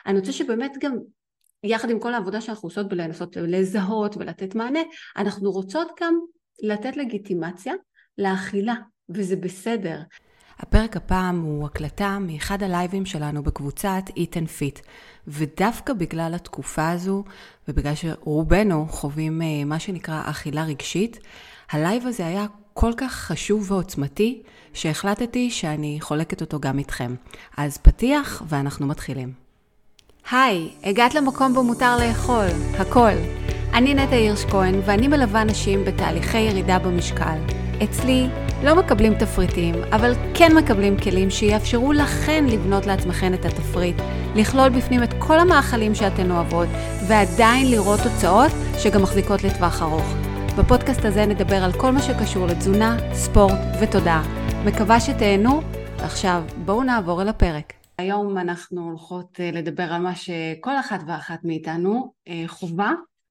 אני רוצה שבאמת גם, יחד עם כל העבודה שאנחנו עושות בלנסות לזהות ולתת מענה, אנחנו רוצות גם לתת לגיטימציה לאכילה, וזה בסדר. הפרק הפעם הוא הקלטה מאחד הלייבים שלנו בקבוצת Eat and Fit, ודווקא בגלל התקופה הזו, ובגלל שרובנו חווים מה שנקרא אכילה רגשית, הלייב הזה היה כל כך חשוב ועוצמתי, שהחלטתי שאני חולקת אותו גם איתכם. אז פתיח ואנחנו מתחילים. היי, הגעת למקום בו מותר לאכול, הכל. אני נטע הירש כהן ואני מלווה נשים בתהליכי ירידה במשקל. אצלי לא מקבלים תפריטים, אבל כן מקבלים כלים שיאפשרו לכן לבנות לעצמכן את התפריט, לכלול בפנים את כל המאכלים שאתן אוהבות, ועדיין לראות תוצאות שגם מחזיקות לטווח ארוך. בפודקאסט הזה נדבר על כל מה שקשור לתזונה, ספורט ותודעה. מקווה שתהנו, ועכשיו בואו נעבור אל הפרק. היום אנחנו הולכות לדבר על מה שכל אחת ואחת מאיתנו חובה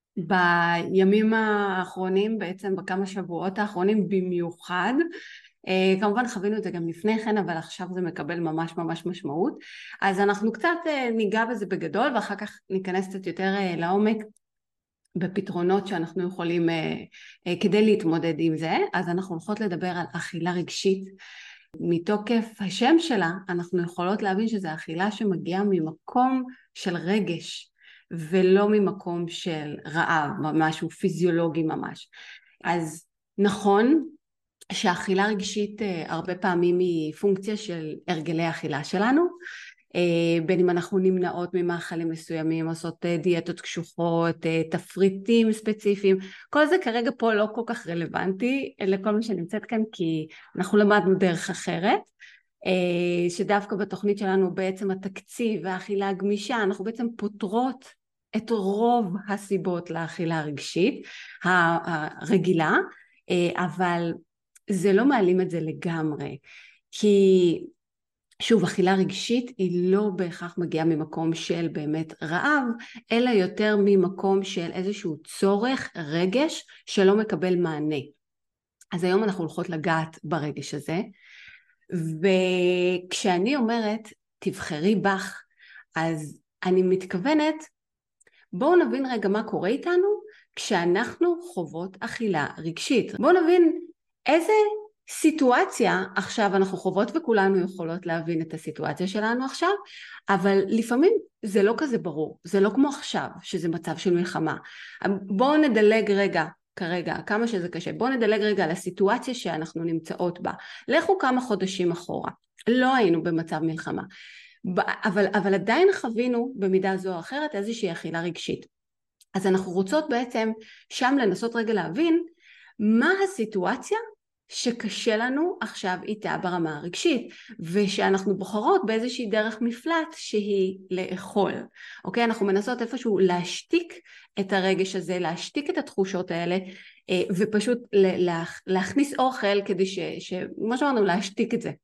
בימים האחרונים, בעצם בכמה שבועות האחרונים במיוחד. כמובן חווינו את זה גם לפני כן, אבל עכשיו זה מקבל ממש ממש משמעות. אז אנחנו קצת ניגע בזה בגדול, ואחר כך ניכנס קצת יותר לעומק בפתרונות שאנחנו יכולים כדי להתמודד עם זה. אז אנחנו הולכות לדבר על אכילה רגשית. מתוקף השם שלה אנחנו יכולות להבין שזו אכילה שמגיעה ממקום של רגש, ולא ממקום של רעב, משהו פיזיולוגי ממש. אז נכון שהאכילה רגשית הרבה פעמים היא פונקציה של הרגלי האכילה שלנו, בין אם אנחנו נמנעות ממאכלים מסוימים, עושות דיאטות קשוחות, תפריטים ספציפיים, כל זה כרגע פה לא כל כך רלוונטי לכל מי שנמצאת כאן, כי אנחנו למדנו דרך אחרת, שדווקא בתוכנית שלנו בעצם התקציב והאכילה הגמישה, אנחנו בעצם פותרות את רוב הסיבות לאכילה הרגשית הרגילה, אבל זה לא מעלים את זה לגמרי, כי שוב, אכילה רגשית היא לא בהכרח מגיעה ממקום של באמת רעב, אלא יותר ממקום של איזשהו צורך, רגש, שלא מקבל מענה. אז היום אנחנו הולכות לגעת ברגש הזה, וכשאני אומרת תבחרי בך, אז אני מתכוונת, בואו נבין רגע מה קורה איתנו כשאנחנו חוות אכילה רגשית. בואו נבין איזה סיטואציה עכשיו אנחנו חוות, וכולנו יכולות להבין את הסיטואציה שלנו עכשיו, אבל לפעמים זה לא כזה ברור, זה לא כמו עכשיו שזה מצב של מלחמה. בואו נדלג רגע, כרגע, כמה שזה קשה, בואו נדלג רגע על הסיטואציה שאנחנו נמצאות בה. לכו כמה חודשים אחורה, לא היינו במצב מלחמה, אבל עדיין חווינו במידה זו או אחרת איזושהי אכילה רגשית. אז אנחנו רוצות בעצם שם לנסות רגע להבין מה הסיטואציה שקשה לנו עכשיו איתה ברמה הרגשית, ושאנחנו בוחרות באיזושהי דרך מפלט שהיא לאכול. אוקיי? אנחנו מנסות איפשהו להשתיק את הרגש הזה, להשתיק את התחושות האלה, ופשוט להכניס אוכל כדי מה שאמרנו, להשתיק את זה.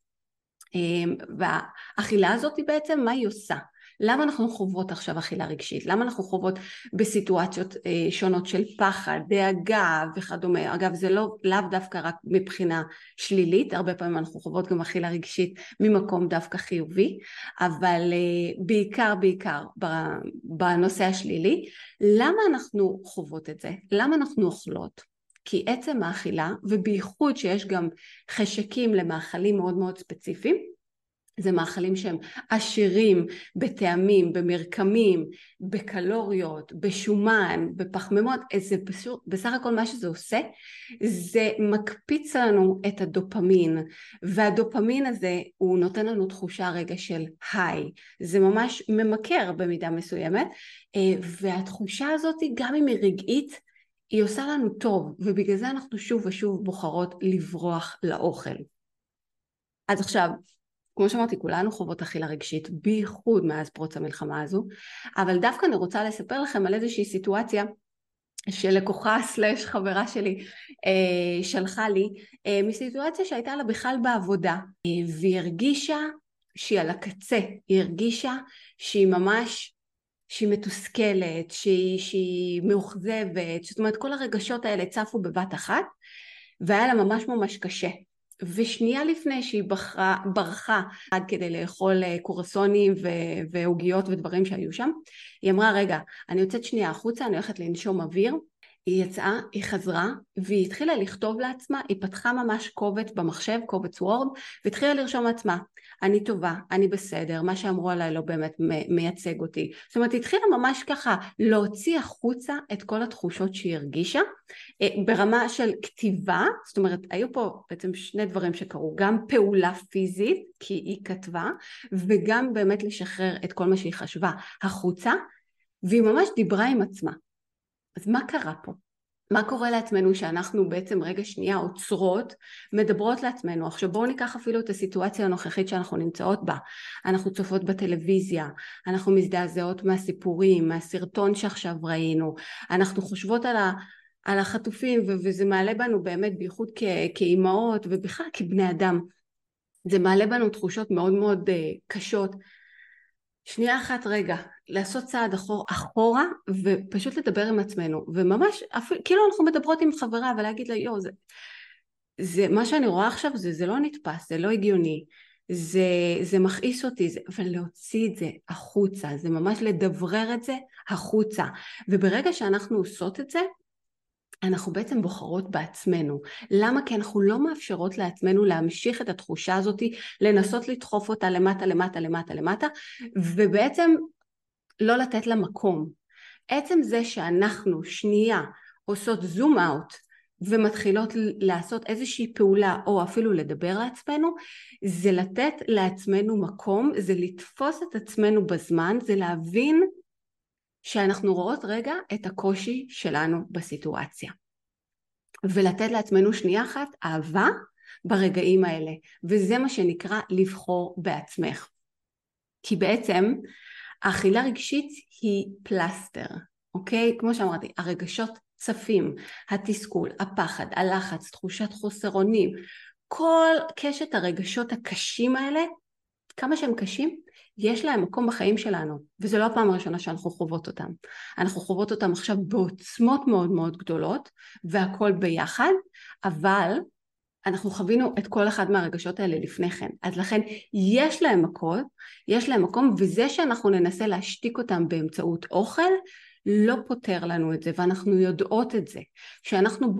והאכילה הזאת היא בעצם מה היא עושה? למה אנחנו חוות עכשיו אכילה רגשית? למה אנחנו חוות בסיטואציות שונות של פחד, דאגה וכדומה? אגב, זה לאו דווקא רק מבחינה שלילית, הרבה פעמים אנחנו חוות גם אכילה רגשית ממקום דווקא חיובי, אבל בעיקר בנושא השלילי. למה אנחנו חוות את זה? למה אנחנו אוכלות? כי עצם האכילה, ובייחוד שיש גם חשקים למאכלים מאוד מאוד ספציפיים, זה מאכלים שהם עשירים בטעמים, במרקמים, בקלוריות, בשומן, בפחמימות. זה בסך הכל מה שזה עושה, זה מקפיץ לנו את הדופמין, והדופמין הזה הוא נותן לנו תחושה רגע של היי, זה ממש ממכר במידה מסוימת, והתחושה הזאת גם אם היא רגעית, היא עושה לנו טוב, ובגלל זה אנחנו שוב ושוב בוחרות לברוח לאוכל. אז עכשיו, כמו שאמרתי, כולנו חוות אכילה רגשית, בייחוד מאז פרוץ המלחמה הזו, אבל דווקא אני רוצה לספר לכם על איזושהי סיטואציה שלקוחה סלש חברה שלי שלחה לי, מסיטואציה שהייתה לה בכלל בעבודה, והיא הרגישה שהיא על הקצה, היא הרגישה שהיא ממש, שהיא מתוסכלת, שהיא מאוכזבת, זאת אומרת כל הרגשות האלה צפו בבת אחת, והיה לה ממש ממש קשה. ושנייה לפני שהיא ברחה עד כדי לאכול קורסונים ועוגיות ודברים שהיו שם, היא אמרה, רגע, אני יוצאת שנייה החוצה, אני הולכת לנשום אוויר. היא יצאה, היא חזרה, והיא התחילה לכתוב לעצמה, היא פתחה ממש קובץ במחשב, קובץ וורד, והתחילה לרשום לעצמה, אני טובה, אני בסדר, מה שאמרו עליי לא באמת מייצג אותי. זאת אומרת, היא התחילה ממש ככה להוציא החוצה את כל התחושות שהיא הרגישה, ברמה של כתיבה. זאת אומרת, היו פה בעצם שני דברים שקרו, גם פעולה פיזית, כי היא כתבה, וגם באמת לשחרר את כל מה שהיא חשבה החוצה, והיא ממש דיברה עם עצמה. אז מה קרה פה? מה קורה לעצמנו שאנחנו בעצם רגע שנייה עוצרות, מדברות לעצמנו? עכשיו בואו ניקח אפילו את הסיטואציה הנוכחית שאנחנו נמצאות בה. אנחנו צופות בטלוויזיה, אנחנו מזדעזעות מהסיפורים, מהסרטון שעכשיו ראינו, אנחנו חושבות על החטופים, וזה מעלה בנו באמת בייחוד כאימהות ובכלל כבני אדם. זה מעלה בנו תחושות מאוד מאוד קשות. שנייה אחת רגע, לעשות צעד אחורה ופשוט לדבר עם עצמנו, וממש כאילו אנחנו מדברות עם חברה ולהגיד לה, יו, זה מה שאני רואה עכשיו, זה לא נתפס, זה לא הגיוני, זה מכעיס אותי, אבל להוציא את זה החוצה, זה ממש לדברר את זה החוצה. וברגע שאנחנו עושות את זה, אנחנו בעצם בוחרות בעצמנו. למה? כי אנחנו לא מאפשרות לעצמנו להמשיך את התחושה הזאת, לנסות לדחוף אותה למטה, למטה, למטה, למטה, ובעצם לא לתת לה מקום. עצם זה שאנחנו שנייה עושות זום אאוט, ומתחילות לעשות איזושהי פעולה, או אפילו לדבר לעצמנו, זה לתת לעצמנו מקום, זה לתפוס את עצמנו בזמן, זה להבין שאנחנו רואות רגע את הקושי שלנו בסיטואציה. ולתת לעצמנו שנייה אחת אהבה ברגעים האלה. וזה מה שנקרא לבחור בעצמך. כי בעצם האכילה רגשית היא פלסטר, אוקיי? כמו שאמרתי, הרגשות צפים, התסכול, הפחד, הלחץ, תחושת חוסר אונים, כל קשת הרגשות הקשים האלה, כמה שהם קשים, יש להם מקום בחיים שלנו, וזו לא הפעם הראשונה שאנחנו חוות אותם. אנחנו חוות אותם עכשיו בעוצמות מאוד מאוד גדולות, והכל ביחד, אבל אנחנו חווינו את כל אחד מהרגשות האלה לפני כן. אז לכן יש להם מקום, וזה שאנחנו ננסה להשתיק אותם באמצעות אוכל, לא פותר לנו את זה, ואנחנו יודעות את זה. כשאנחנו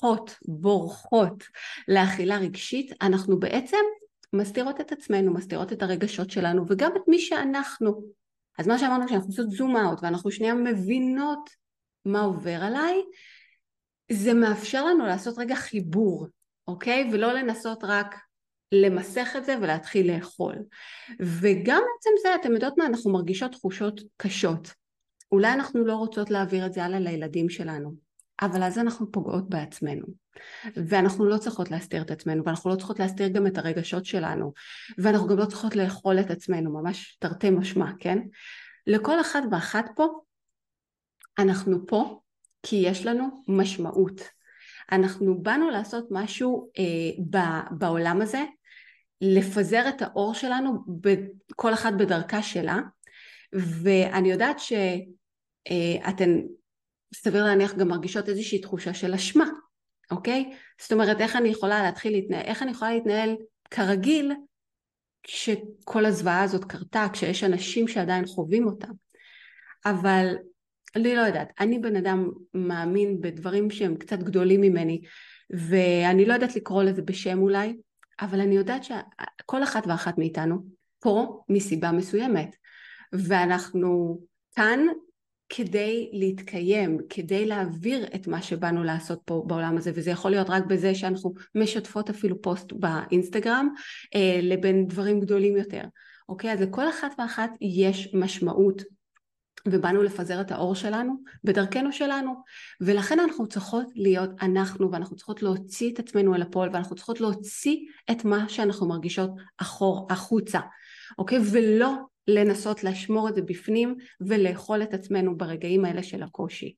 בורחות לאכילה רגשית, אנחנו בעצם מסתירות את עצמנו, מסתירות את הרגשות שלנו, וגם את מי שאנחנו. אז מה שאמרנו, כשאנחנו עושות זום אאוט, ואנחנו שנייה מבינות מה עובר עליי, זה מאפשר לנו לעשות רגע חיבור, אוקיי? ולא לנסות רק למסך את זה ולהתחיל לאכול. וגם בעצם זה, אתם יודעות מה, אנחנו מרגישות תחושות קשות. אולי אנחנו לא רוצות להעביר את זה הלאה לילדים שלנו, אבל אז אנחנו פוגעות בעצמנו. ואנחנו לא צריכות להסתיר את עצמנו, ואנחנו לא צריכות להסתיר גם את הרגשות שלנו, ואנחנו גם לא צריכות לאכול את עצמנו, ממש תרתי משמע, כן? לכל אחד ואחת פה, אנחנו פה כי יש לנו משמעות. אנחנו באנו לעשות משהו בעולם הזה, לפזר את האור שלנו, כל אחת בדרכה שלה, ואני יודעת שאתן סביר להניח גם מרגישות איזושהי תחושה של אשמה, אוקיי? זאת אומרת, איך אני יכולה להתנהל כרגיל, כשכל הזוועה הזאת קרתה, כשיש אנשים שעדיין חווים אותה. אבל אני לא יודעת, אני בן אדם מאמין בדברים שהם קצת גדולים ממני, ואני לא יודעת לקרוא לזה בשם אולי, אבל אני יודעת שכל אחת ואחת מאיתנו פה מסיבה מסוימת, ואנחנו כאן כדי להתקיים, כדי להעביר את מה שבאנו לעשות פה בעולם הזה, וזה יכול להיות רק בזה שאנחנו משתפות אפילו פוסט באינסטגרם, לבין דברים גדולים יותר. אוקיי, אז לכל אחת ואחת יש משמעות, ובאנו לפזר את האור שלנו בדרכנו שלנו, ולכן אנחנו צריכות להיות אנחנו, ואנחנו צריכות להוציא את עצמנו אל הפועל, ואנחנו צריכות להוציא את מה שאנחנו מרגישות החוצה, אוקיי? ולא לנסות לשמור את זה בפנים ולאכול את עצמנו ברגעים האלה של הקושי.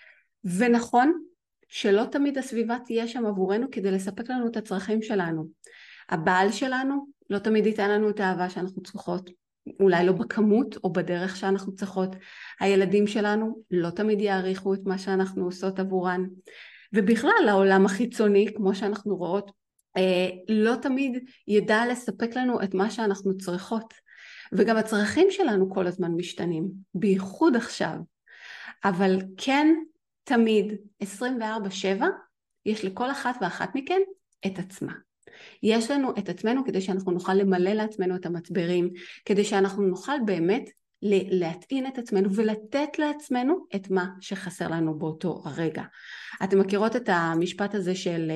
ונכון שלא תמיד הסביבה תהיה שם עבורנו כדי לספק לנו את הצרכים שלנו. הבעל שלנו לא תמיד ייתן לנו את האהבה שאנחנו צריכות, אולי לא בכמות או בדרך שאנחנו צריכות. הילדים שלנו לא תמיד יעריכו את מה שאנחנו עושות עבורן. ובכלל העולם החיצוני, כמו שאנחנו רואות, לא תמיד ידע לספק לנו את מה שאנחנו צריכות. וגם הצרכים שלנו כל הזמן משתנים, בייחוד עכשיו. אבל כן, תמיד, 24/7, יש לכל אחת ואחת מכן את עצמה. יש לנו את עצמנו כדי שאנחנו נוכל למלא לעצמנו את המצברים, כדי שאנחנו נוכל באמת להטעין את עצמנו ולתת לעצמנו את מה שחסר לנו באותו הרגע. אתם מכירות את המשפט הזה של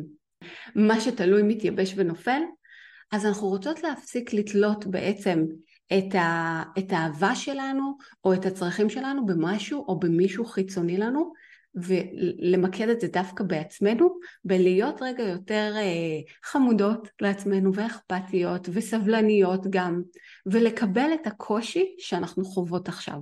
מה שתלוי מתייבש ונופל? אז אנחנו רוצות להפסיק לתלות בעצם את האהבה שלנו או את הצרכים שלנו במשהו או במישהו חיצוני לנו, ולמקד את זה דווקא בעצמנו, בלהיות רגע יותר חמודות לעצמנו ואכפתיות וסבלניות גם, ולקבל את הקושי שאנחנו חוות עכשיו.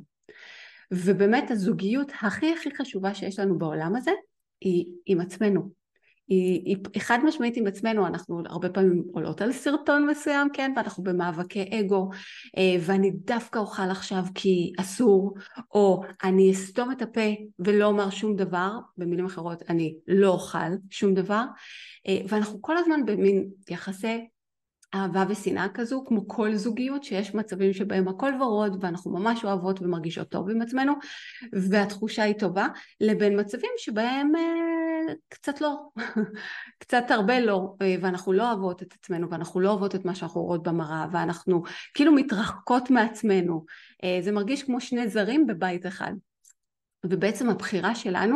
ובאמת הזוגיות הכי חשובה שיש לנו בעולם הזה היא עם עצמנו. היא חד משמעית עם עצמנו. אנחנו הרבה פעמים עולות על סרטון מסוים, כן, ואנחנו במאבקי אגו, ואני דווקא אוכל עכשיו כי אסור, או אני אסתום את הפה ולא אומר שום דבר, במילים אחרות אני לא אוכל שום דבר, ואנחנו כל הזמן במין יחסי אהבה ושנאה כזו, כמו כל זוגיות, שיש מצבים שבהם הכל ורוד ואנחנו ממש אוהבות ומרגישות טוב עם עצמנו והתחושה היא טובה, לבין מצבים שבהם קצת לא, קצת הרבה לא, ואנחנו לא אוהבות את עצמנו ואנחנו לא אוהבות את מה שאנחנו רואות במראה, ואנחנו כאילו מתרחקות מעצמנו. זה מרגיש כמו שני זרים בבית אחד. ובעצם הבחירה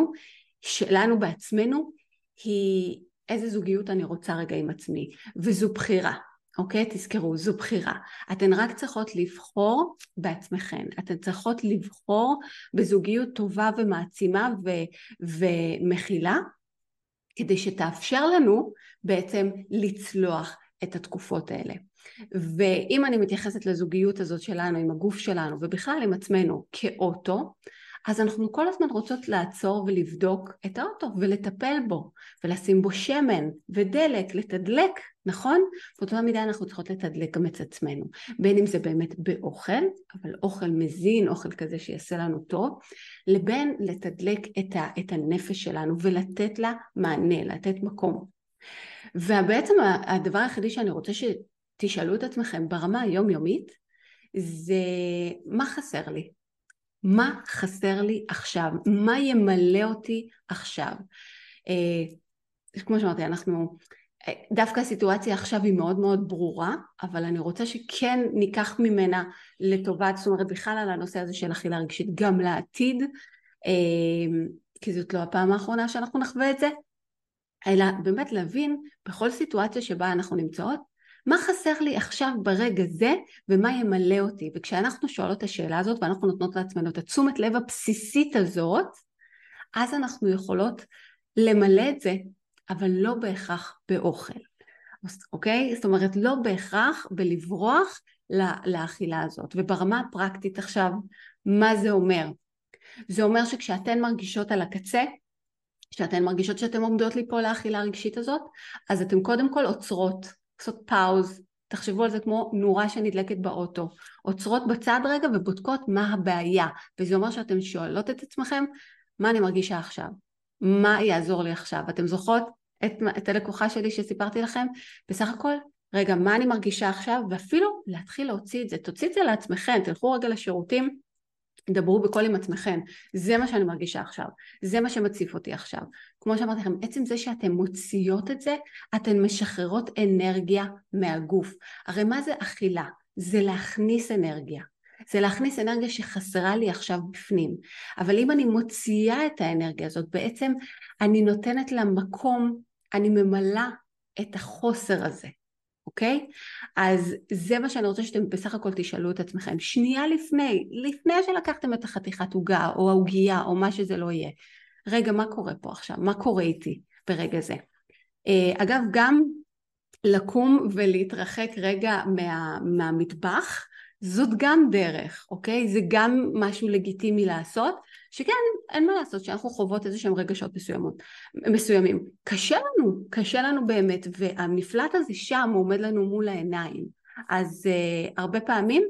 שלנו בעצמנו, היא איזה זוגיות אני רוצה רגע עם עצמי, וזו בחירה. אוקיי? תזכרו, זו בחירה. אתן רק צריכות לבחור בעצמכן. אתן צריכות לבחור בזוגיות טובה ומעצימה ומכילה, כדי שתאפשר לנו בעצם לצלוח את התקופות האלה. ואם אני מתייחסת לזוגיות הזאת שלנו, עם הגוף שלנו, ובכלל עם עצמנו כאוטו, אז אנחנו כל הזמן רוצות לעצור ולבדוק את האוטו ולטפל בו ולשים בו שמן ודלק, לתדלק, נכון? באותה מידה אנחנו צריכות לתדלק גם את עצמנו, בין אם זה באמת באוכל, אבל אוכל מזין, אוכל כזה שיעשה לנו טוב, לבין לתדלק את הנפש שלנו ולתת לה מענה, לתת מקום. ובעצם הדבר היחידי שאני רוצה שתשאלו את עצמכם ברמה היומיומית, זה מה חסר לי? מה חסר לי עכשיו? מה ימלא אותי עכשיו? כמו שאמרתי, דווקא הסיטואציה עכשיו היא מאוד מאוד ברורה, אבל אני רוצה שכן ניקח ממנה לטובת, זאת אומרת בכלל על הנושא הזה של אכילה רגשית, גם לעתיד, כי זאת לא הפעם האחרונה שאנחנו נחווה את זה, אלא באמת להבין בכל סיטואציה שבה אנחנו נמצאות, מה חסר לי עכשיו ברגע זה, ומה ימלא אותי. וכשאנחנו שואלות את השאלה הזאת, ואנחנו נותנות לעצמנו את התשומת לב הבסיסית הזאת, אז אנחנו יכולות למלא את זה, אבל לא בהכרח באוכל. אוקיי? זאת אומרת, לא בהכרח בלברוח לאכילה הזאת. וברמה הפרקטית עכשיו, מה זה אומר? זה אומר שכשאתן מרגישות על הקצה, כשאתן מרגישות שאתן עומדות ליפול לאכילה הרגשית הזאת, אז אתן קודם כל עוצרות, לעשות פאוז, תחשבו על זה כמו נורה שנדלקת באוטו, עוצרות בצד רגע ובודקות מה הבעיה, וזה אומר שאתן שואלות את עצמכם, מה אני מרגישה עכשיו? מה יעזור לי עכשיו? אתם זוכרות את הלקוחה שלי שסיפרתי לכם? בסך הכל, רגע, מה אני מרגישה עכשיו? ואפילו להתחיל להוציא את זה, תוציא את זה לעצמכם, תלכו רגע לשירותים, דברו בקול עם עצמכם, זה מה שאני מרגישה עכשיו, זה מה שמציף אותי עכשיו. כמו שאמרתי לכם, עצם זה שאתן מוציאות את זה, אתן משחררות אנרגיה מהגוף. הרי מה זה אכילה? זה להכניס אנרגיה. זה להכניס אנרגיה שחסרה לי עכשיו בפנים. אבל אם אני מוציאה את האנרגיה הזאת, בעצם אני נותנת לה מקום, אני ממלאה את החוסר הזה. אוקיי? אז זה מה שאני רוצה שאתם בסך הכל תשאלו את עצמכם. שנייה לפני שלקחתם את החתיכת עוגה או העוגייה או מה שזה לא יהיה. רגע, מה קורה פה עכשיו? מה קורה איתי ברגע זה? אגב, גם לקום ולהתרחק רגע מהמטבח, זאת גם דרך, אוקיי? זה גם משהו לגיטימי לעשות, שכן, אין מה לעשות, שאנחנו חוות איזה שהם רגשות מסוימים. קשה לנו באמת, והמפלט הזה שם עומד לנו מול העיניים. אז הרבה פעמים,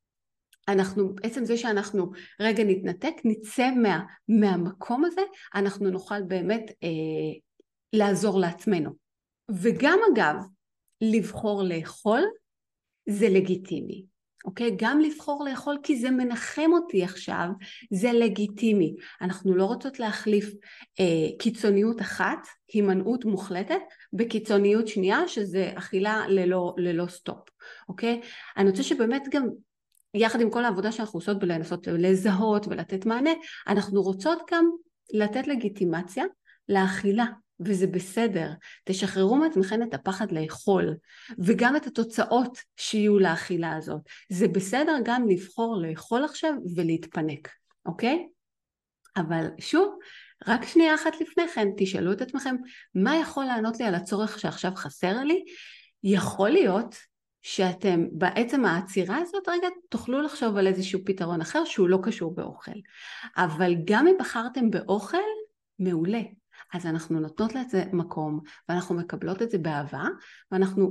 עצם זה שאנחנו רגע נתנתק, נצא מהמקום הזה, אנחנו נוכל באמת לעזור לעצמנו. וגם אגב, לבחור לאכול זה לגיטימי, אוקיי? גם לבחור לאכול כי זה מנחם אותי עכשיו, זה לגיטימי. אנחנו לא רוצות להחליף קיצוניות אחת, הימנעות מוחלטת, בקיצוניות שנייה, שזה אכילה ללא סטופ, אוקיי? אני רוצה שבאמת גם, יחד עם כל העבודה שאנחנו עושות בלנסות לזהות ולתת מענה, אנחנו רוצות גם לתת לגיטימציה לאכילה, וזה בסדר. תשחררו מעצמכם את הפחד לאכול, וגם את התוצאות שיהיו לאכילה הזאת. זה בסדר גם לבחור לאכול עכשיו ולהתפנק, אוקיי? אבל שוב, רק שנייה אחת לפני כן, תשאלו את עצמכם, מה יכול לענות לי על הצורך שעכשיו חסר לי? יכול להיות שאתם בעצם העצירה הזאת רגע תוכלו לחשוב על איזשהו פתרון אחר שהוא לא קשור באוכל. אבל גם אם בחרתם באוכל, מעולה. אז אנחנו נותנות לזה מקום, ואנחנו מקבלות את זה באהבה, ואנחנו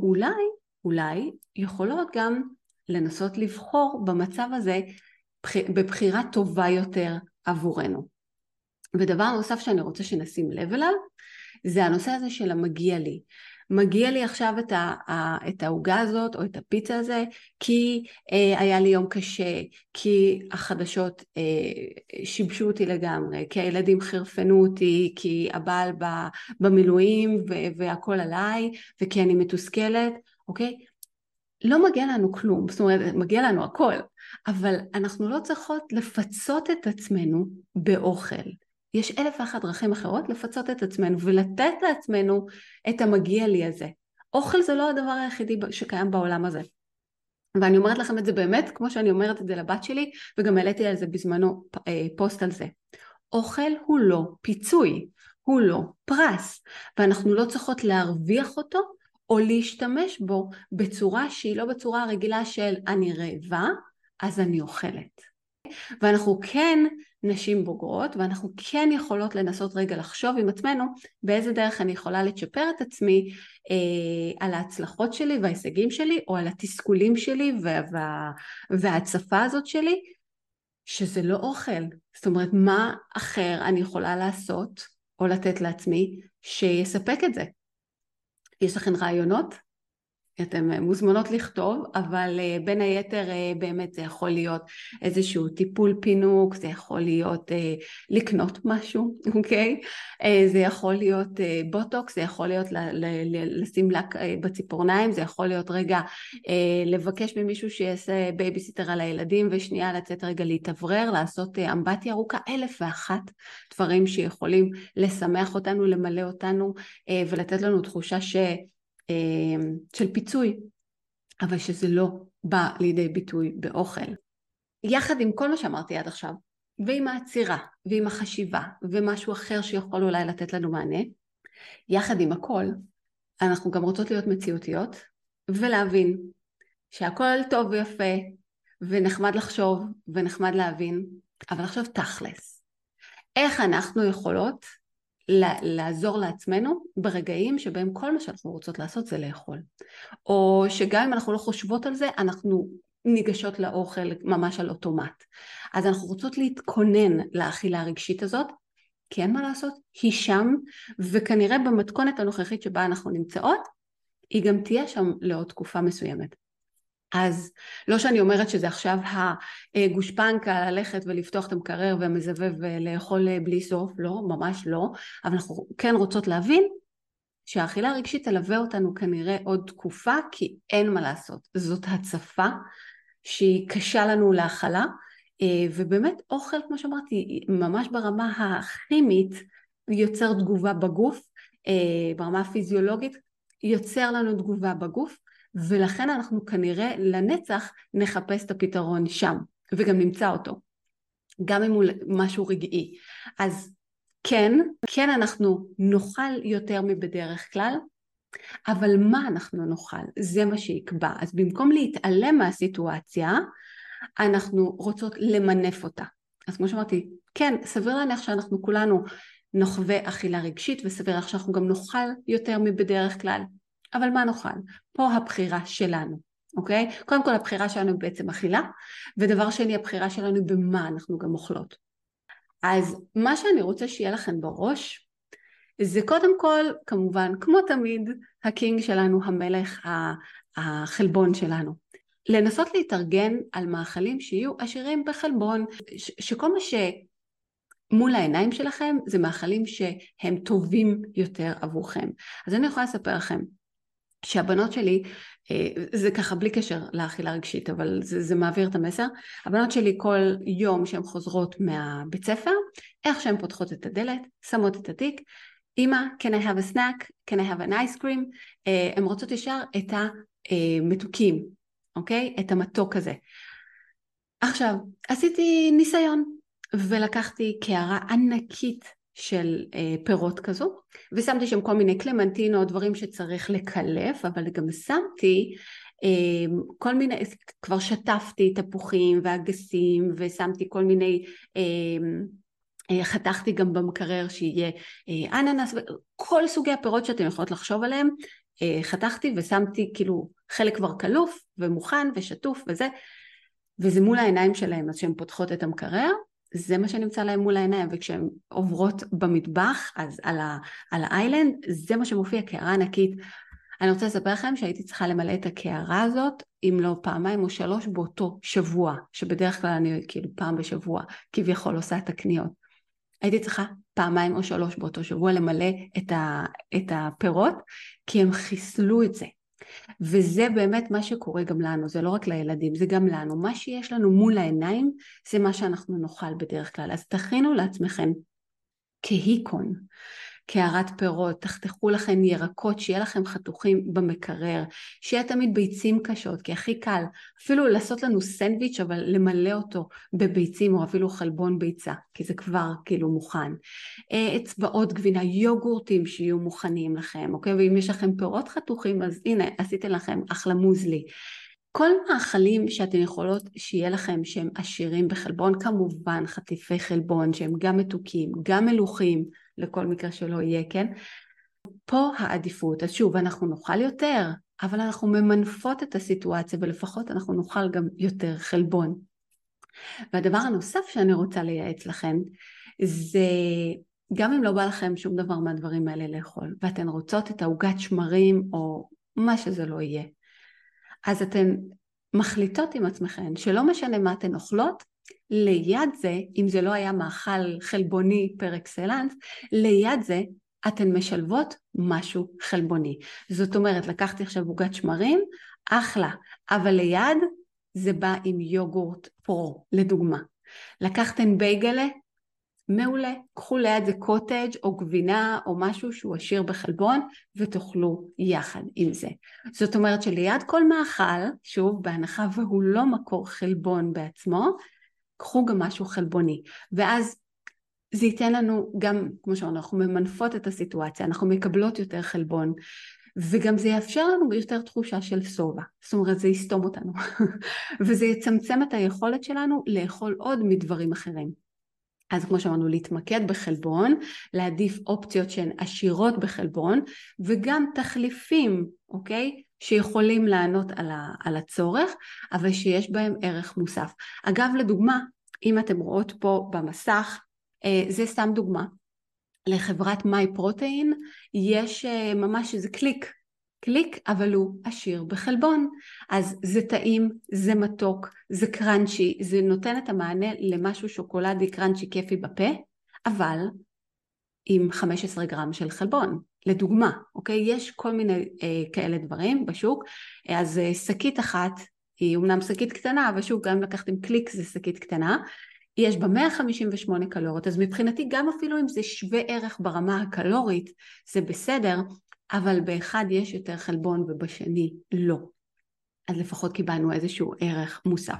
אולי יכולות גם לנסות לבחור במצב הזה בבחירה טובה יותר עבורנו. ודבר נוסף שאני רוצה שנשים לב אליו, זה הנושא הזה של המגיע לי. מגיע לי עכשיו את ההוגה הזאת או את הפיצה הזה, כי היה לי יום קשה, כי החדשות שיבשו אותי לגמרי, כי הילדים חרפנו אותי, כי הבעל במילואים והכל עליי, וכי אני מתוסכלת, אוקיי? לא מגיע לנו כלום, זאת אומרת, מגיע לנו הכל, אבל אנחנו לא צריכות לפצות את עצמנו באוכל. יש 1,001 דרכים אחרות לפצות את עצמנו ולתת לעצמנו את המגיע לי הזה. אוכל זה לא הדבר היחידי שקיים בעולם הזה. ואני אומרת לכם את זה באמת, כמו שאני אומרת את זה לבת שלי, וגם העליתי על זה בזמנו פוסט על זה. אוכל הוא לא פיצוי, הוא לא פרס, ואנחנו לא צריכות להרוויח אותו, או להשתמש בו בצורה שהיא לא בצורה הרגילה של אני רעבה, אז אני אוכלת. ואנחנו כן נשים בוגרות, ואנחנו כן יכולות לנסות רגע לחשוב עם עצמנו, באיזה דרך אני יכולה לצ'פר את עצמי על ההצלחות שלי וההישגים שלי, או על התסכולים שלי וההצפה הזאת שלי, שזה לא אוכל. זאת אומרת, מה אחר אני יכולה לעשות, או לתת לעצמי, שיספק את זה? יש לכם רעיונות? אתם מוזמנות לכתוב, אבל בין היתר באמת זה יכול להיות איזשהו טיפול פינוק, זה יכול להיות לקנות משהו, אוקיי? זה יכול להיות בוטוקס, זה יכול להיות לשים לק בציפורניים, זה יכול להיות רגע לבקש ממישהו שיעשה בייביסיטר על הילדים, ושנייה לצאת רגע להתאוורר, לעשות אמבטיה ארוכה, 1,001 דברים שיכולים לשמח אותנו, למלא אותנו, ולתת לנו תחושה של פיצוי, אבל שזה לא בא לידי ביטוי באוכל. יחד עם כל מה שאמרתי עד עכשיו, ועם העצירה, ועם החשיבה, ומשהו אחר שיכול אולי לתת לנו מענה, יחד עם הכל, אנחנו גם רוצות להיות מציאותיות, ולהבין שהכל טוב ויפה, ונחמד לחשוב, ונחמד להבין, אבל עכשיו תכלס. איך אנחנו יכולות לעזור לעצמנו ברגעים שבהם כל מה שאנחנו רוצות לעשות זה לאכול. או שגם אם אנחנו לא חושבות על זה, אנחנו ניגשות לאוכל ממש על אוטומט. אז אנחנו רוצות להתכונן לאכילה הרגשית הזאת, כי אין מה לעשות, היא שם, וכנראה במתכונת הנוכחית שבה אנחנו נמצאות, היא גם תהיה שם לעוד תקופה מסוימת. אז לא שאני אומרת שזה עכשיו הגושפנקה ללכת ולפתוח את המקרר והמזבב ולאכול בלי סוף, לא, ממש לא, אבל אנחנו כן רוצות להבין שהאכילה הרגשית תלווה אותנו כנראה עוד תקופה, כי אין מה לעשות, זאת הצפה שהיא קשה לנו להאכלה, ובאמת אוכל, כמו שאמרתי, ממש ברמה הכימית יוצר תגובה בגוף, ברמה הפיזיולוגית יוצר לנו תגובה בגוף, ולכן אנחנו כנראה לנצח נחפש את הפתרון שם, וגם נמצא אותו, גם אם הוא משהו רגעי. אז כן אנחנו נאכל יותר מבדרך כלל, אבל מה אנחנו נאכל? זה מה שיקבע. אז במקום להתעלם מהסיטואציה, אנחנו רוצות למנף אותה. אז כמו שאמרתי, כן, סביר להניח שאנחנו כולנו נחווה אכילה רגשית, וסביר להניח שאנחנו גם נאכל יותר מבדרך כלל. אבל מה נאכל? פה הבחירה שלנו, אוקיי? קודם כל הבחירה שלנו בעצם אכילה, ודבר שני הבחירה שלנו במה אנחנו גם אוכלות. אז מה שאני רוצה שיהיה לכם בראש, זה קודם כל, כמובן, כמו תמיד, הקינג שלנו, המלך, החלבון שלנו. לנסות להתארגן על מאכלים שיהיו עשירים בחלבון, שכל מה שמול העיניים שלכם זה מאכלים שהם טובים יותר עבורכם. אז אני יכולה לספר לכם שהבנות שלי, זה ככה בלי קשר לאכילה רגשית, אבל זה מעביר את המסר, הבנות שלי כל יום שהן חוזרות מהבית ספר, איך שהן פותחות את הדלת, שמות את התיק, אמא, can I have a snack? can I have an ice cream? הן רוצות ישר את המתוקים, אוקיי? את המתוק הזה. עכשיו, עשיתי ניסיון, ולקחתי קערה ענקית של פירות כזו, ושמתי שם כל מיני קלמנטינות, דברים שצריך לקלף, אבל גם שמתי כל מיני, כבר שטפתי תפוחים ואגסים, ושמתי כל מיני, חתכתי גם במקרר שיהיה אננס, כל סוגי הפירות שאתם יכולות לחשוב עליהם, חתכתי ושמתי כאילו חלק כבר קלוף ומוכן ושטוף וזה, וזה מול העיניים שלהם, אז שהן פותחות את המקרר, זה מה שנמצא להם מול העיניים, וכשהן עוברות במטבח, אז על האיילנד, זה מה שמופיע, קערה ענקית. אני רוצה לספר לכם שהייתי צריכה למלא את הקערה הזאת, אם לא פעמיים או 3 באותו שבוע, שבדרך כלל אני כאילו פעם בשבוע, כביכול עושה את הקניות. הייתי צריכה 2 או 3 באותו שבוע למלא את הפירות, כי הם חיסלו את זה. וזה באמת מה שקורה גם לנו, זה לא רק לילדים, זה גם לנו. מה שיש לנו מול העיניים, זה מה שאנחנו נאכל בדרך כלל. אז תכינו לעצמכם כהיקון, קערת פירות, תחתכו לכם ירקות, שיהיה לכם חתוכים במקרר, שיהיה תמיד ביצים קשות, כי הכי קל, אפילו לעשות לנו סנדוויץ', אבל למלא אותו בביצים, או אפילו חלבון ביצה, כי זה כבר כאילו מוכן. אצבעות גבינה, יוגורטים שיהיו מוכנים לכם, אוקיי? ואם יש לכם פירות חתוכים, אז הנה, עשיתי לכם אחלה מוזלי. כל מאכלים שאתם יכולות שיהיה לכם שהם עשירים בחלבון, כמובן חטיפי חלבון שהם גם מתוקים, גם מלוכים, לכל מקרה שלא יהיה, כן? פה העדיפות, אז שוב, אנחנו נאכל יותר, אבל אנחנו ממנפות את הסיטואציה, ולפחות אנחנו נאכל גם יותר חלבון. והדבר הנוסף שאני רוצה לייעץ לכם, זה גם אם לא בא לכם שום דבר מהדברים האלה לאכול, ואתן רוצות את העוגת שמרים, או מה שזה לא יהיה, אז אתן מחליטות עם עצמכן, שלא משנה מה אתן אוכלות, ליד זה, אם זה לא היה מאכל חלבוני פר אקסלנס, ליד זה אתן משלבות משהו חלבוני. זאת אומרת, לקחתי עכשיו עוגת שמרים, אחלה, אבל ליד זה בא עם יוגורט פרו, לדוגמה. לקחתן בייגלה, מעולה, קחו ליד זה קוטג' או גבינה או משהו שהוא עשיר בחלבון ותאכלו יחד עם זה. זאת אומרת שליד כל מאכל, שוב בהנחה והוא לא מקור חלבון בעצמו, קחו גם משהו חלבוני, ואז זה ייתן לנו גם, כמו שאמרנו, אנחנו ממנפות את הסיטואציה, אנחנו מקבלות יותר חלבון, וגם זה יאפשר לנו יותר תחושה של סובה, זאת אומרת זה יסתום אותנו, וזה יצמצם את היכולת שלנו לאכול עוד מדברים אחרים. אז כמו שאמרנו, להתמקד בחלבון, להעדיף אופציות שהן עשירות בחלבון, וגם תחליפים, אוקיי? שיכולים לענות על הצורך, אבל שיש בהם ערך מוסף. אגב, לדוגמה, אם אתם רואות פה במסך, זה סתם דוגמה, לחברת מיי פרוטאין, יש ממש איזה קליק, אבל הוא עשיר בחלבון. אז זה טעים, זה מתוק, זה קרנצ'י, זה נותן את המענה למשהו שוקולדי קרנצ'י כיפי בפה, אבל עם 15 גרם של חלבון, לדוגמה, אוקיי? יש כל מיני כאלה דברים בשוק, אז שקית אחת, היא אומנם שקית קטנה, אבל שוב, גם לקחתם קליק זה שקית קטנה, יש בה 158 קלוריות, אז מבחינתי גם אפילו אם זה שווה ערך ברמה הקלורית, זה בסדר, אבל באחד יש יותר חלבון ובשני לא. אז לפחות קיבלנו איזשהו ערך מוסף.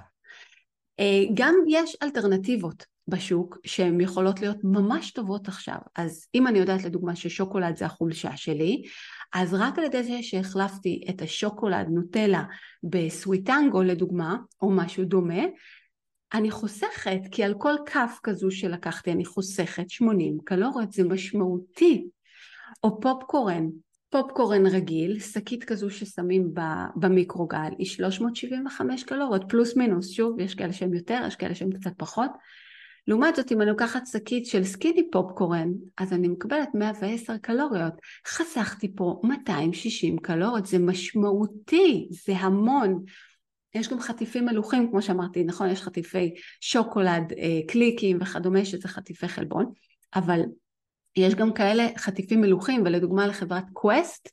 גם יש אלטרנטיבות בשוק שהן יכולות להיות ממש טובות עכשיו. אז אם אני יודעת לדוגמה ששוקולד זה החולשה שלי, אז רק על ידי זה שהחלפתי את השוקולד נוטלה בסוויטנגו לדוגמה, או משהו דומה, אני חוסכת, כי על כל כף כזו שלקחתי אני חוסכת 80 קלוריות, זה משמעותי. או פופקורן רגיל, שקית כזו ששמים במיקרוגל, היא 375 קלוריות, פלוס מינוס, שוב, יש כאלה שהם יותר, יש כאלה שהם קצת פחות, לעומת זאת, אם אני לוקחת שקית של סקיני פופקורן, אז אני מקבלת 110 קלוריות. חסכתי פה 260 קלוריות, זה משמעותי, זה המון. יש גם חטיפים מלוכים, כמו שאמרתי, נכון? יש חטיפי שוקולד, קליקים וכדומה, שזה חטיפי חלבון, אבל יש גם כאלה חטיפים מלוכים, ולדוגמה לחברת קווסט,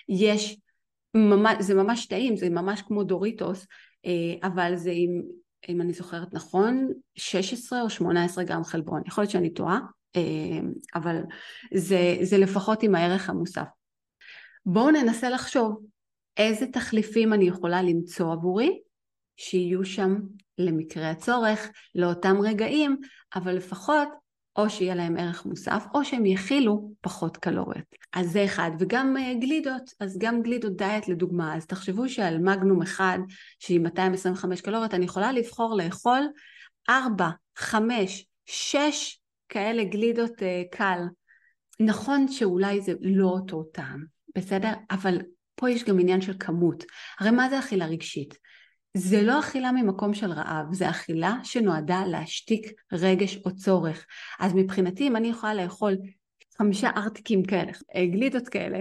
זה ממש טעים, זה ממש כמו דוריטוס, אבל זה אם אני זוכרת נכון, 16 או 18 גרם חלבון. יכול להיות שאני טועה, אבל זה לפחות עם הערך המוסף. בואו ננסה לחשוב איזה תחליפים אני יכולה למצוא עבורי, שיהיו שם למקרה הצורך, לאותם רגעים, אבל לפחות או שיהיה להם ערך מוסף, או שהם יכילו פחות קלוריות. אז זה אחד, וגם גלידות, אז גם גלידות דיאט לדוגמה, אז תחשבו שעל מגנום אחד, שהיא 225 קלוריות, אני יכולה לבחור לאכול 4, 5, 6 כאלה גלידות קל. נכון שאולי זה לא אותו טעם, בסדר? אבל פה יש גם עניין של כמות. הרי מה זה אכילה רגשית? זה לא אכילה ממקום של רעב, זה אכילה שנועדה להשתיק רגש או צורך. אז מבחינתי, אם אני יכולה לאכול 5 ארטיקים כאלה, גלידות כאלה,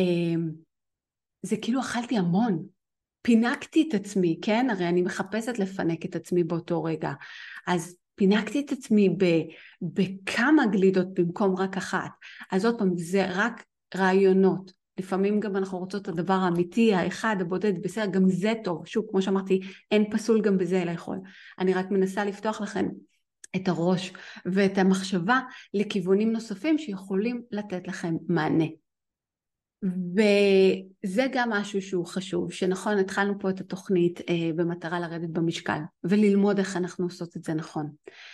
זה כאילו אכלתי המון. פינקתי את עצמי, כן? הרי אני מחפשת לפנק את עצמי באותו רגע. אז פינקתי את עצמי בכמה גלידות במקום רק אחת. אז עוד פעם, זה רק רעיונות. לפעמים גם אנחנו רוצות את הדבר האמיתי, האחד, הבודד, בסדר, גם זה טוב. שוב, כמו שאמרתי, אין פסול גם בזה לאכול. אני רק מנסה לפתוח לכם את הראש ואת המחשבה לכיוונים נוספים שיכולים לתת לכם מענה. וזה גם משהו שהוא חשוב, שנכון, התחלנו פה את התוכנית במטרה לרדת במשקל, וללמוד איך אנחנו עושות את זה נכון.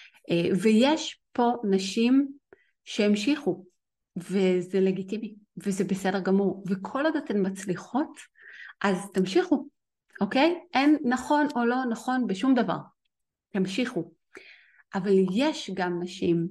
ויש פה נשים שהמשיכו, וזה לגיטימי, וזה בסדר גמור, וכל עוד אתן מצליחות, אז תמשיכו, אוקיי? אין נכון או לא נכון בשום דבר, תמשיכו. אבל יש גם נשים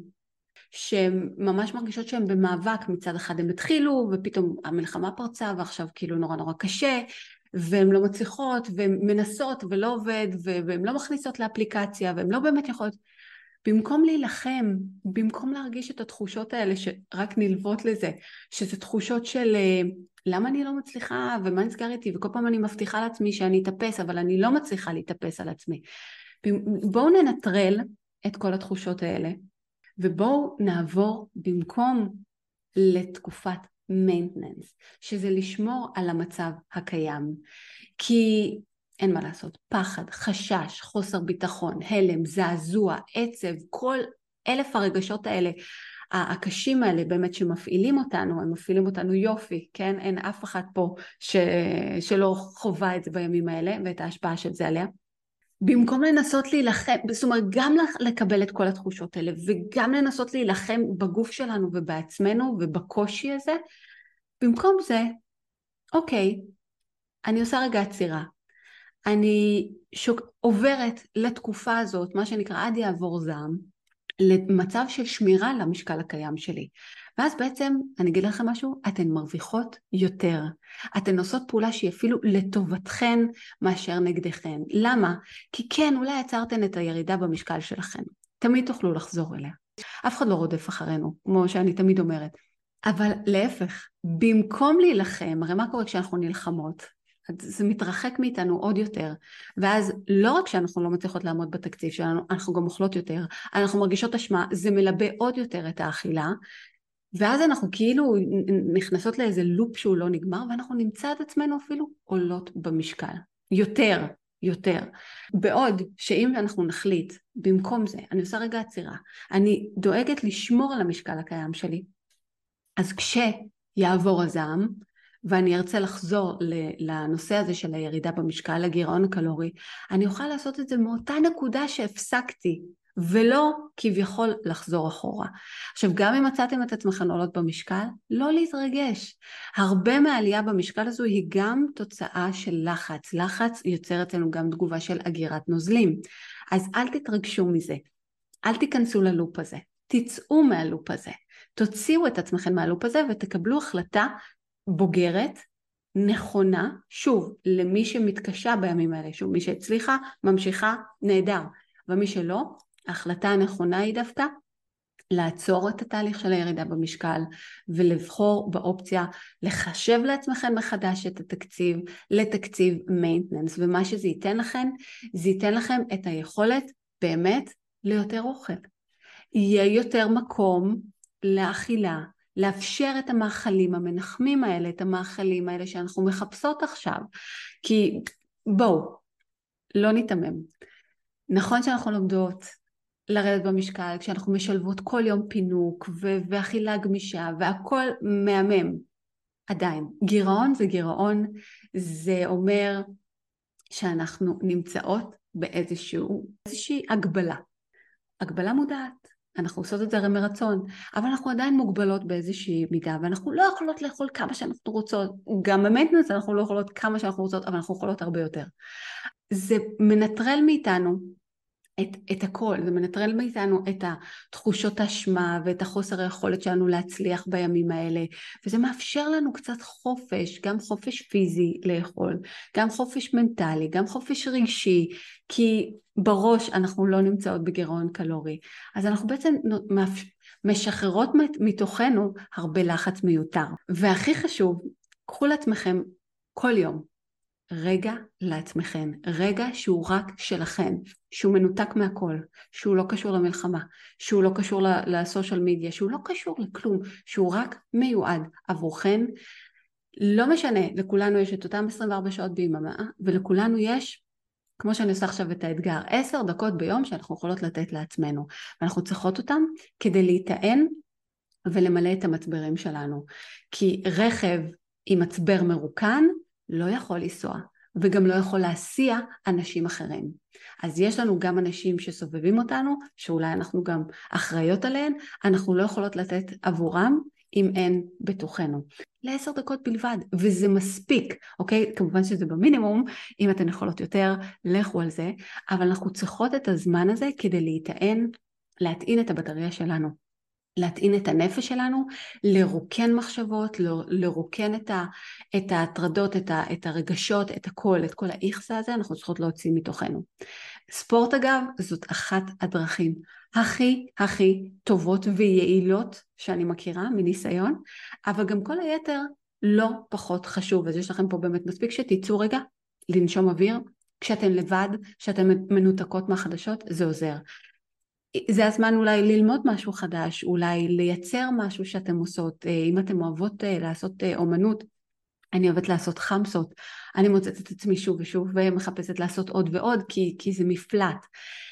שהן ממש מרגישות שהן במאבק, מצד אחד הן התחילו, ופתאום המלחמה פרצה, ועכשיו כאילו נורא נורא קשה, והן לא מצליחות, והן מנסות ולא עובד, והן לא מכניסות לאפליקציה, והן לא באמת יכולות, במקום להילחם, במקום להרגיש את התחושות האלה שרק נלוות לזה, שזה תחושות של למה אני לא מצליחה, ומה נסגר איתי, וכל פעם אני מבטיחה לעצמי שאני אתאפס, אבל אני לא מצליחה להתאפס על עצמי. בואו ננטרל את כל התחושות האלה, ובואו נעבור במקום לתקופת maintenance, שזה לשמור על המצב הקיים. כי אין מה לעשות, פחד, חשש, חוסר ביטחון, הלם, זעזוע, עצב, כל 1000 הרגשות האלה, הקשים האלה באמת שמפעילים אותנו, הם מפעילים אותנו יופי, כן? אין אף אחד פה שלא חובה את זה בימים האלה, ואת ההשפעה של זה עליה. במקום לנסות להילחם, זאת אומרת, גם לקבל את כל התחושות האלה, וגם לנסות להילחם בגוף שלנו ובעצמנו ובקושי הזה, במקום זה, אוקיי, אני עושה רגע עצירה, אני עוברת לתקופה הזאת, מה שנקרא עד יעבור זעם, למצב של שמירה למשקל הקיים שלי. ואז בעצם, אני אגיד לכם משהו, אתן מרוויחות יותר. אתן עושות פעולה שהיא אפילו לטובתכן מאשר נגדכן. למה? כי כן, אולי עצרתן את הירידה במשקל שלכן. תמיד תוכלו לחזור אליה. אף אחד לא רודף אחרינו, כמו שאני תמיד אומרת. אבל להפך, במקום להילחם, הרי מה קורה כשאנחנו נלחמות? זה מתרחק מאיתנו עוד יותר, ואז לא רק שאנחנו לא מצליחות לעמוד בתקציב שלנו, אנחנו גם אוכלות יותר, אנחנו מרגישות אשמה, זה מלבה עוד יותר את האכילה, ואז אנחנו כאילו נכנסות לאיזה לופ שהוא לא נגמר, ואנחנו נמצא את עצמנו אפילו עולות במשקל, יותר. בעוד שאם אנחנו נחליט, במקום זה, אני עושה רגע עצירה, אני דואגת לשמור על המשקל הקיים שלי, אז כשיעבור הזעם, ואני ארצה לחזור לנושא הזה של הירידה במשקל, לגירעון הקלורי, אני אוכל לעשות את זה מאותה נקודה שהפסקתי, ולא כביכול לחזור אחורה. עכשיו, גם אם מצאתם את עצמכם עולות במשקל, לא להתרגש. הרבה מהעלייה במשקל הזו היא גם תוצאה של לחץ. לחץ יוצר אצלנו גם תגובה של אגירת נוזלים. אז אל תתרגשו מזה. אל תיכנסו ללופ הזה. תצאו מהלופ הזה. תוציאו את עצמכם מהלופ הזה ותקבלו החלטה בוגרת, נכונה, שוב, למי שמתקשה בימים האלה, שוב, מי שהצליחה, ממשיכה, נהדר, ומי שלא, ההחלטה הנכונה היא דווקא לעצור את התהליך של הירידה במשקל ולבחור באופציה לחשב לעצמכם מחדש את התקציב לתקציב maintenance, ומה שזה ייתן לכם, זה ייתן לכם את היכולת באמת ליותר אוכל. יהיה יותר מקום לאכילה, לאפשר את המאכלים המנחמים האלה, את המאכלים האלה שאנחנו מחפשות עכשיו, כי בואו, לא ניתמם. נכון שאנחנו לומדות לרדת במשקל, כשאנחנו משלבות כל יום פינוק ואכילה גמישה והכל מהמם. עדיין, גירעון זה גירעון, זה אומר שאנחנו נמצאות באיזושהי הגבלה מודעת. אנחנו עושות את זה הרי מרצון, אבל אנחנו עדיין מוגבלות באיזושהי מידה, ואנחנו לא יכולות לאכול כמה שאנחנו רוצות, גם במייטננס אנחנו לא יכולות כמה שאנחנו רוצות, אבל אנחנו יכולות הרבה יותר. זה מנטרל מאיתנו את הכל, זה מנטרל מאיתנו את התחושות האשמה ואת החוסר היכולת שלנו להצליח בימים האלה, וזה מאפשר לנו קצת חופש, גם חופש פיזי לאכול, גם חופש מנטלי, גם חופש רגשי, כי בראש אנחנו לא נמצאות בגירעון קלורי, אז אנחנו בעצם משחררות מתוכנו הרבה לחץ מיותר. והכי חשוב, קחו לעצמכם כל יום רגע לעצמכם, רגע שהוא רק שלכם, שהוא מנותק מהכל, שהוא לא קשור למלחמה, שהוא לא קשור לסושיאל מדיה, שהוא לא קשור לכלום, שהוא רק מיועד עבורכם. לא משנה, לכולנו יש את אותם 24 שעות ביממה, ולכולנו יש, כמו שאני עושה עכשיו את האתגר, 10 דקות ביום שאנחנו יכולות לתת לעצמנו, ואנחנו צריכות אותם כדי להיטען ולמלא את המצברים שלנו, כי רכב עם מצבר מרוקן לא יכול לנסוע, וגם לא יכול להסיע אנשים אחרים. אז יש לנו גם אנשים שסובבים אותנו, שאולי אנחנו גם אחראיות עליהם, אנחנו לא יכולות לתת עבורם אם אין בתוכנו. ל10 דקות בלבד, וזה מספיק, אוקיי? כמובן שזה במינימום, אם אתן יכולות יותר, לכו על זה, אבל אנחנו צריכות את הזמן הזה כדי להטעין את הבטריה שלנו. להטעין את הנפש שלנו, לרוקן מחשבות, לרוקן את ההטרדות, את הרגשות, את כל האיכסה הזה, אנחנו צריכות להוציא מתוכנו. ספורט אגב, זאת אחת הדרכים הכי טובות ויעילות שאני מכירה מניסיון, אבל גם כל היתר לא פחות חשוב, אז יש לכם פה באמת מספיק שתיצאו רגע, לנשום אוויר, כשאתן לבד, כשאתן מנותקות מהחדשות, זה עוזר. זה הזמן אולי ללמוד משהו חדש, אולי לייצר משהו שאתם עושות, אם אתם אוהבות לעשות אומנות, אני אוהבת לעשות חמסות, אני מוצאת את עצמי שוב ושוב ומחפשת לעשות עוד ועוד, כי זה מפלט.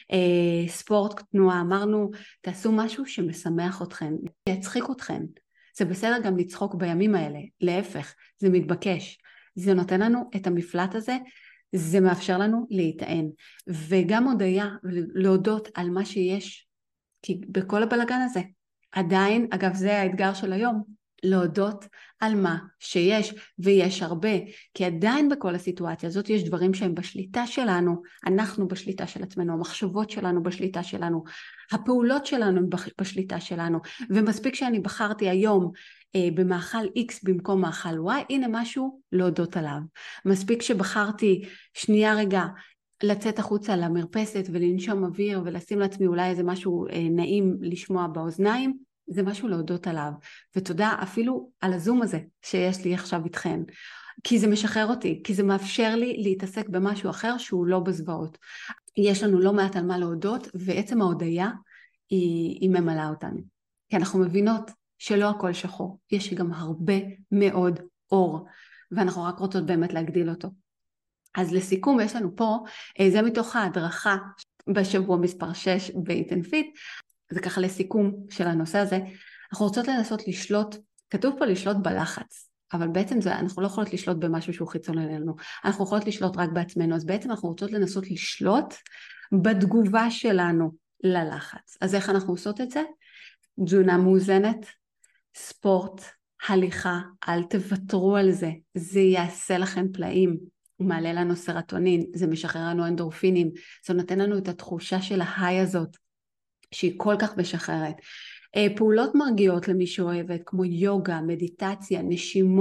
ספורט, תנועה, אמרנו, תעשו משהו שמשמח אתכם, שיצחיק אתכם, זה בסדר גם לצחוק בימים האלה, להפך, זה מתבקש, זה נותן לנו את המפלט הזה, זה מאפשר לנו להיטען, וגם הודיה, להודות על מה שיש, כי בכל הבלגן הזה, עדיין, אגב זה האתגר של היום, להודות על מה שיש, ויש הרבה, כי עדיין בכל הסיטואציה הזאת יש דברים שהם בשליטה שלנו, אנחנו בשליטה של עצמנו, המחשבות שלנו בשליטה שלנו, הפעולות שלנו בשליטה שלנו, ומספיק שאני בחרתי היום במאכל X במקום מאכל Y, הנה משהו להודות עליו. מספיק שבחרתי שנייה רגע לצאת החוצה למרפסת ולנשום אוויר ולשים לעצמי אולי איזה משהו נעים לשמוע באוזניים, זה משהו להודות עליו. ותודה אפילו על הזום הזה שיש לי עכשיו איתכן, כי זה משחרר אותי, כי זה מאפשר לי להתעסק במשהו אחר שהוא לא בזוועות. יש לנו לא מעט על מה להודות, ועצם ההודיה היא ממלאה אותנו. כי אנחנו מבינות שלא הכל שחור, יש גם הרבה מאוד אור, ואנחנו רק רוצות באמת להגדיל אותו. אז לסיכום, יש לנו פה, זה מתוך ההדרכה בשבוע מספר 6 ב-Eat & Fit, זה ככה לסיכום של הנושא הזה, אנחנו רוצות לנסות לשלוט, כתוב פה לשלוט בלחץ, אבל בעצם אנחנו לא יכולות לשלוט במשהו שהוא חיצוני אלינו, אנחנו יכולות לשלוט רק בעצמנו, אז בעצם אנחנו רוצות לנסות לשלוט בתגובה שלנו ללחץ. אז איך אנחנו עושות את זה? תזונה מאוזנת, ספורט, הליכה, אל תוותרו על זה, זה יעשה לכם פלאים, הוא מעלה לנו סרטונין, זה משחרר לנו אנדורפינים, זה נותן לנו את התחושה של ההיי הזאת, שהיא כל כך משחררת. פעולות מרגיעות למי שאוהבת, כמו יוגה, מדיטציה, נשימות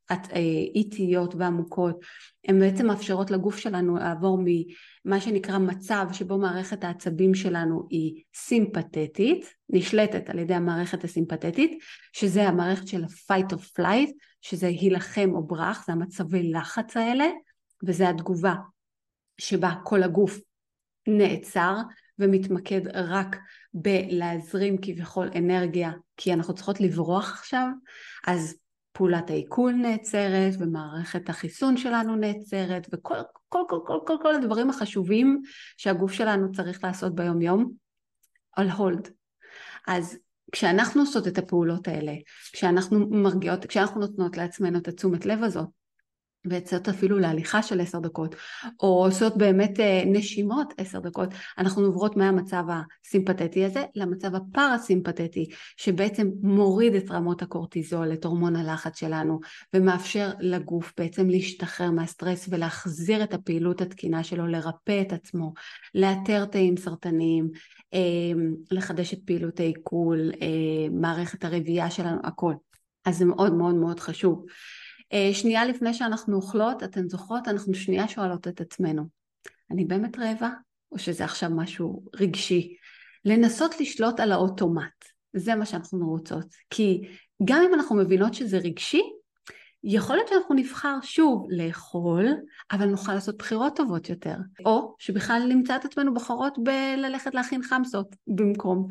איטיות ועמוקות, הן בעצם מאפשרות לגוף שלנו לעבור ממה שנקרא מצב שבו מערכת העצבים שלנו היא סימפתטית, נשלטת על ידי המערכת הסימפתטית, שזה המערכת של ה-fight or flight, שזה הילחם או ברח, זה המצבי לחץ האלה, וזה התגובה שבה כל הגוף נעצר ומתמקד רק בלהזרים כביכול אנרגיה, כי אנחנו צריכות לברוח עכשיו, אז פעולת העיכול נעצרת ומערכת החיסון שלנו נעצרת וכל הדברים החשובים שהגוף שלנו צריך לעשות ביום יום על הולד. אז כשאנחנו עושות את הפעולות האלה, כשאנחנו מרגיעות, כשאנחנו נותנות לעצמנו את התשומת לב הזאת, ויוצאות אפילו להליכה של 10 דקות, או עושות באמת נשימות 10 דקות, אנחנו עוברות מהמצב הסימפתטי הזה למצב הפרסימפתטי, שבעצם מוריד את רמות הקורטיזול, את הורמון הלחץ שלנו, ומאפשר לגוף בעצם להשתחרר מהסטרס, ולהחזיר את הפעילות התקינה שלו, לרפא את עצמו, לאתר תאים סרטניים, לחדש את פעילות העיכול, מערכת הרבייה שלנו, הכל. אז זה מאוד מאוד מאוד חשוב. שנייה לפני שאנחנו אוכלות, אתן זוכרות, אנחנו שנייה שואלות את עצמנו, אני באמת רעבה? או שזה עכשיו משהו רגשי? לנסות לשלוט על האוטומט, זה מה שאנחנו רוצות. כי גם אם אנחנו מבינות שזה רגשי, יכול להיות שאנחנו נבחר שוב לאכול, אבל נוכל לעשות בחירות טובות יותר. או שבכלל נמצא את עצמנו בחרות בללכת להכין חמסות במקום,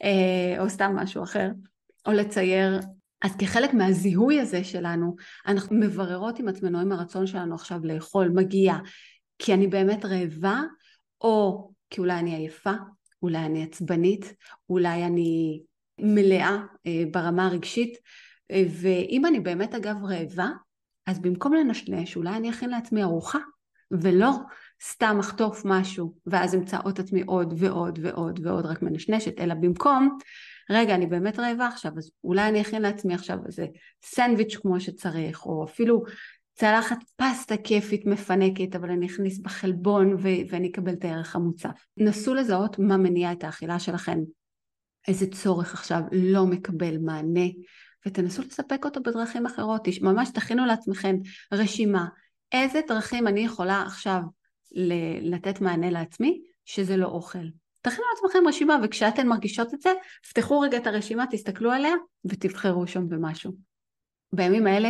או סתם משהו אחר, או לצייר. אז כחלק מהזיהוי הזה שלנו, אנחנו מבררות עם עצמנו, עם הרצון שלנו עכשיו לאכול, מגיע, כי אני באמת רעבה, או כי אולי אני עייפה, אולי אני עצבנית, אולי אני מלאה ברמה הרגשית, ואם אני באמת אגב רעבה, אז במקום לנשנש, אולי אני אכין לעצמי ארוחה, ולא סתם אחטוף משהו, ואז אמצא את עצמי עוד ועוד ועוד ועוד רק מנשנשת, אלא במקום, רגע, אני באמת רעבה עכשיו, אז אולי אני אכין לעצמי עכשיו איזה סנדוויץ' כמו שצריך, או אפילו צלחת פסטה כיפית מפנקת, אבל אני אכניס בחלבון ואני אקבל את הערך המוצף. נסו לזהות מה מניע את האכילה שלכם, איזה צורך עכשיו לא מקבל מענה, ותנסו לספק אותו בדרכים אחרות. ממש תכינו לעצמכם רשימה, איזה דרכים אני יכולה עכשיו לתת מענה לעצמי, שזה לא אוכל. תכינו לעצמכם רשימה, וכשאתן מרגישות את זה, פתחו רגע את הרשימה, תסתכלו עליה, ותבחרו שם במשהו. בימים האלה,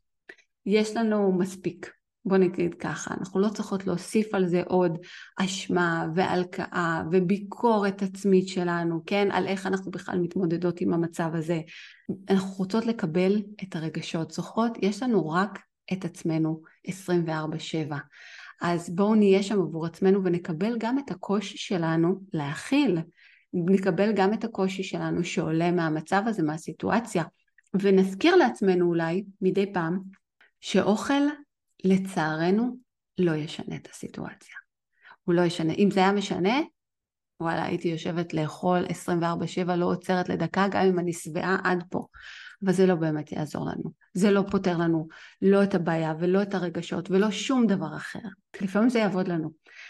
יש לנו מספיק. בוא נגיד ככה, אנחנו לא צריכות להוסיף על זה עוד אשמה והלקאה וביקורת עצמית שלנו, כן? על איך אנחנו בכלל מתמודדות עם המצב הזה. אנחנו רוצות לקבל את הרגשות. זוכרות, יש לנו רק את עצמנו 24/7. אז בואו נהיה שם עבור עצמנו ונקבל גם את הקושי שלנו להכיל. נקבל גם את הקושי שלנו שעולה מהמצב הזה, מהסיטואציה. ונזכיר לעצמנו אולי מדי פעם שאוכל לצערנו לא ישנה את הסיטואציה. הוא לא ישנה. אם זה היה משנה, וואלה, הייתי יושבת לאכול 24/7, לא עוצרת לדקה, גם אם אני שבעה עד פה. אבל זה לא באמת יעזור לנו. זה לא פותר לנו לא את הבעיה ולא את הרגשות ולא שום דבר אחר. לפעמים זה יעבוד לנו.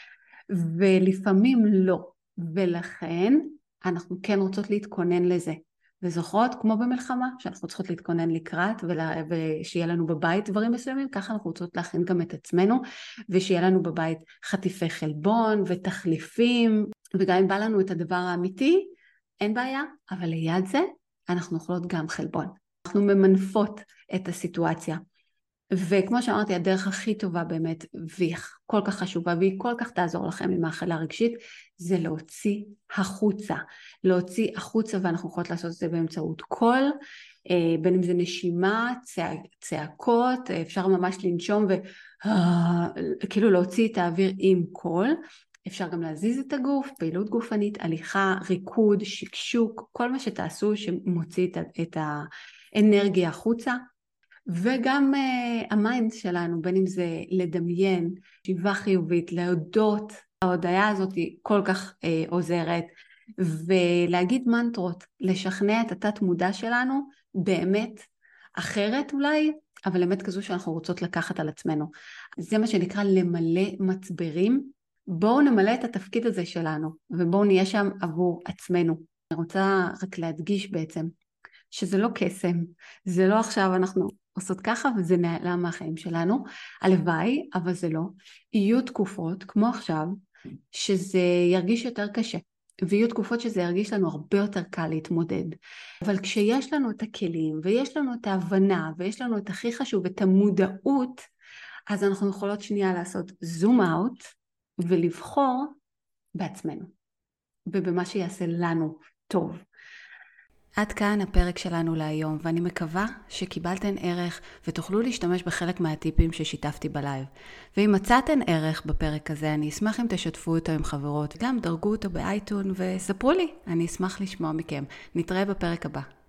ולפעמים לא. ולכן אנחנו כן רוצות להתכונן לזה. וזוכרות, כמו במלחמה, שאנחנו צריכות להתכונן לקראת, ושיהיה לנו בבית דברים מסוימים, ככה אנחנו רוצות להכין גם את עצמנו, ושיהיה לנו בבית חטיפי חלבון ותחליפים, וגם אם בא לנו את הדבר האמיתי, אין בעיה, אבל ליד זה אנחנו אוכלות גם חלבון. אנחנו ממנפות את הסיטואציה. וכמו שאמרתי, הדרך הכי טובה באמת, והיא כל כך חשובה, והיא כל כך תעזור לכם עם האכילה רגשית, זה להוציא החוצה. להוציא החוצה, ואנחנו יכולות לעשות את זה באמצעות קול, בין אם זה נשימה, צעקות, אפשר ממש לנשום וכאילו להוציא את האוויר עם קול. אפשר גם להזיז את הגוף, פעילות גופנית, הליכה, ריקוד, שקשוק, כל מה שתעשו שמוציא את האנרגיה החוצה. וגם המיינד שלנו, בין אם זה לדמיין, שיבה חיובית, להודות, ההודעה הזאת היא כל כך עוזרת, ולהגיד מנטרות, לשכנע את התת מודע שלנו, באמת אחרת אולי, אבל באמת כזו שאנחנו רוצות לקחת על עצמנו. זה מה שנקרא למלא מצברים. בואו נמלא את התפקיד הזה שלנו, ובואו נהיה שם עבור עצמנו. אני רוצה רק להדגיש בעצם, שזה לא קסם, זה לא עכשיו אנחנו עושות ככה וזה נעלם מהחיים שלנו. הלוואי, אבל זה לא. יהיו תקופות, כמו עכשיו, שזה ירגיש יותר קשה. ויהיו תקופות שזה ירגיש לנו הרבה יותר קל להתמודד. אבל כשיש לנו את הכלים, ויש לנו את ההבנה, ויש לנו את הכי חשוב, את המודעות, אז אנחנו יכולות שנייה לעשות זום אאוט, ולבחור בעצמנו, ובמה שיעשה לנו טוב. עד כאן הפרק שלנו להיום, ואני מקווה שקיבלתן ערך ותוכלו להשתמש בחלק מהטיפים ששיתפתי בלייב. ואם מצאתן ערך בפרק הזה, אני אשמח אם תשתפו אותו עם חברות, גם דרגו אותו באייטון וספרו לי, אני אשמח לשמוע מכם. נתראה בפרק הבא.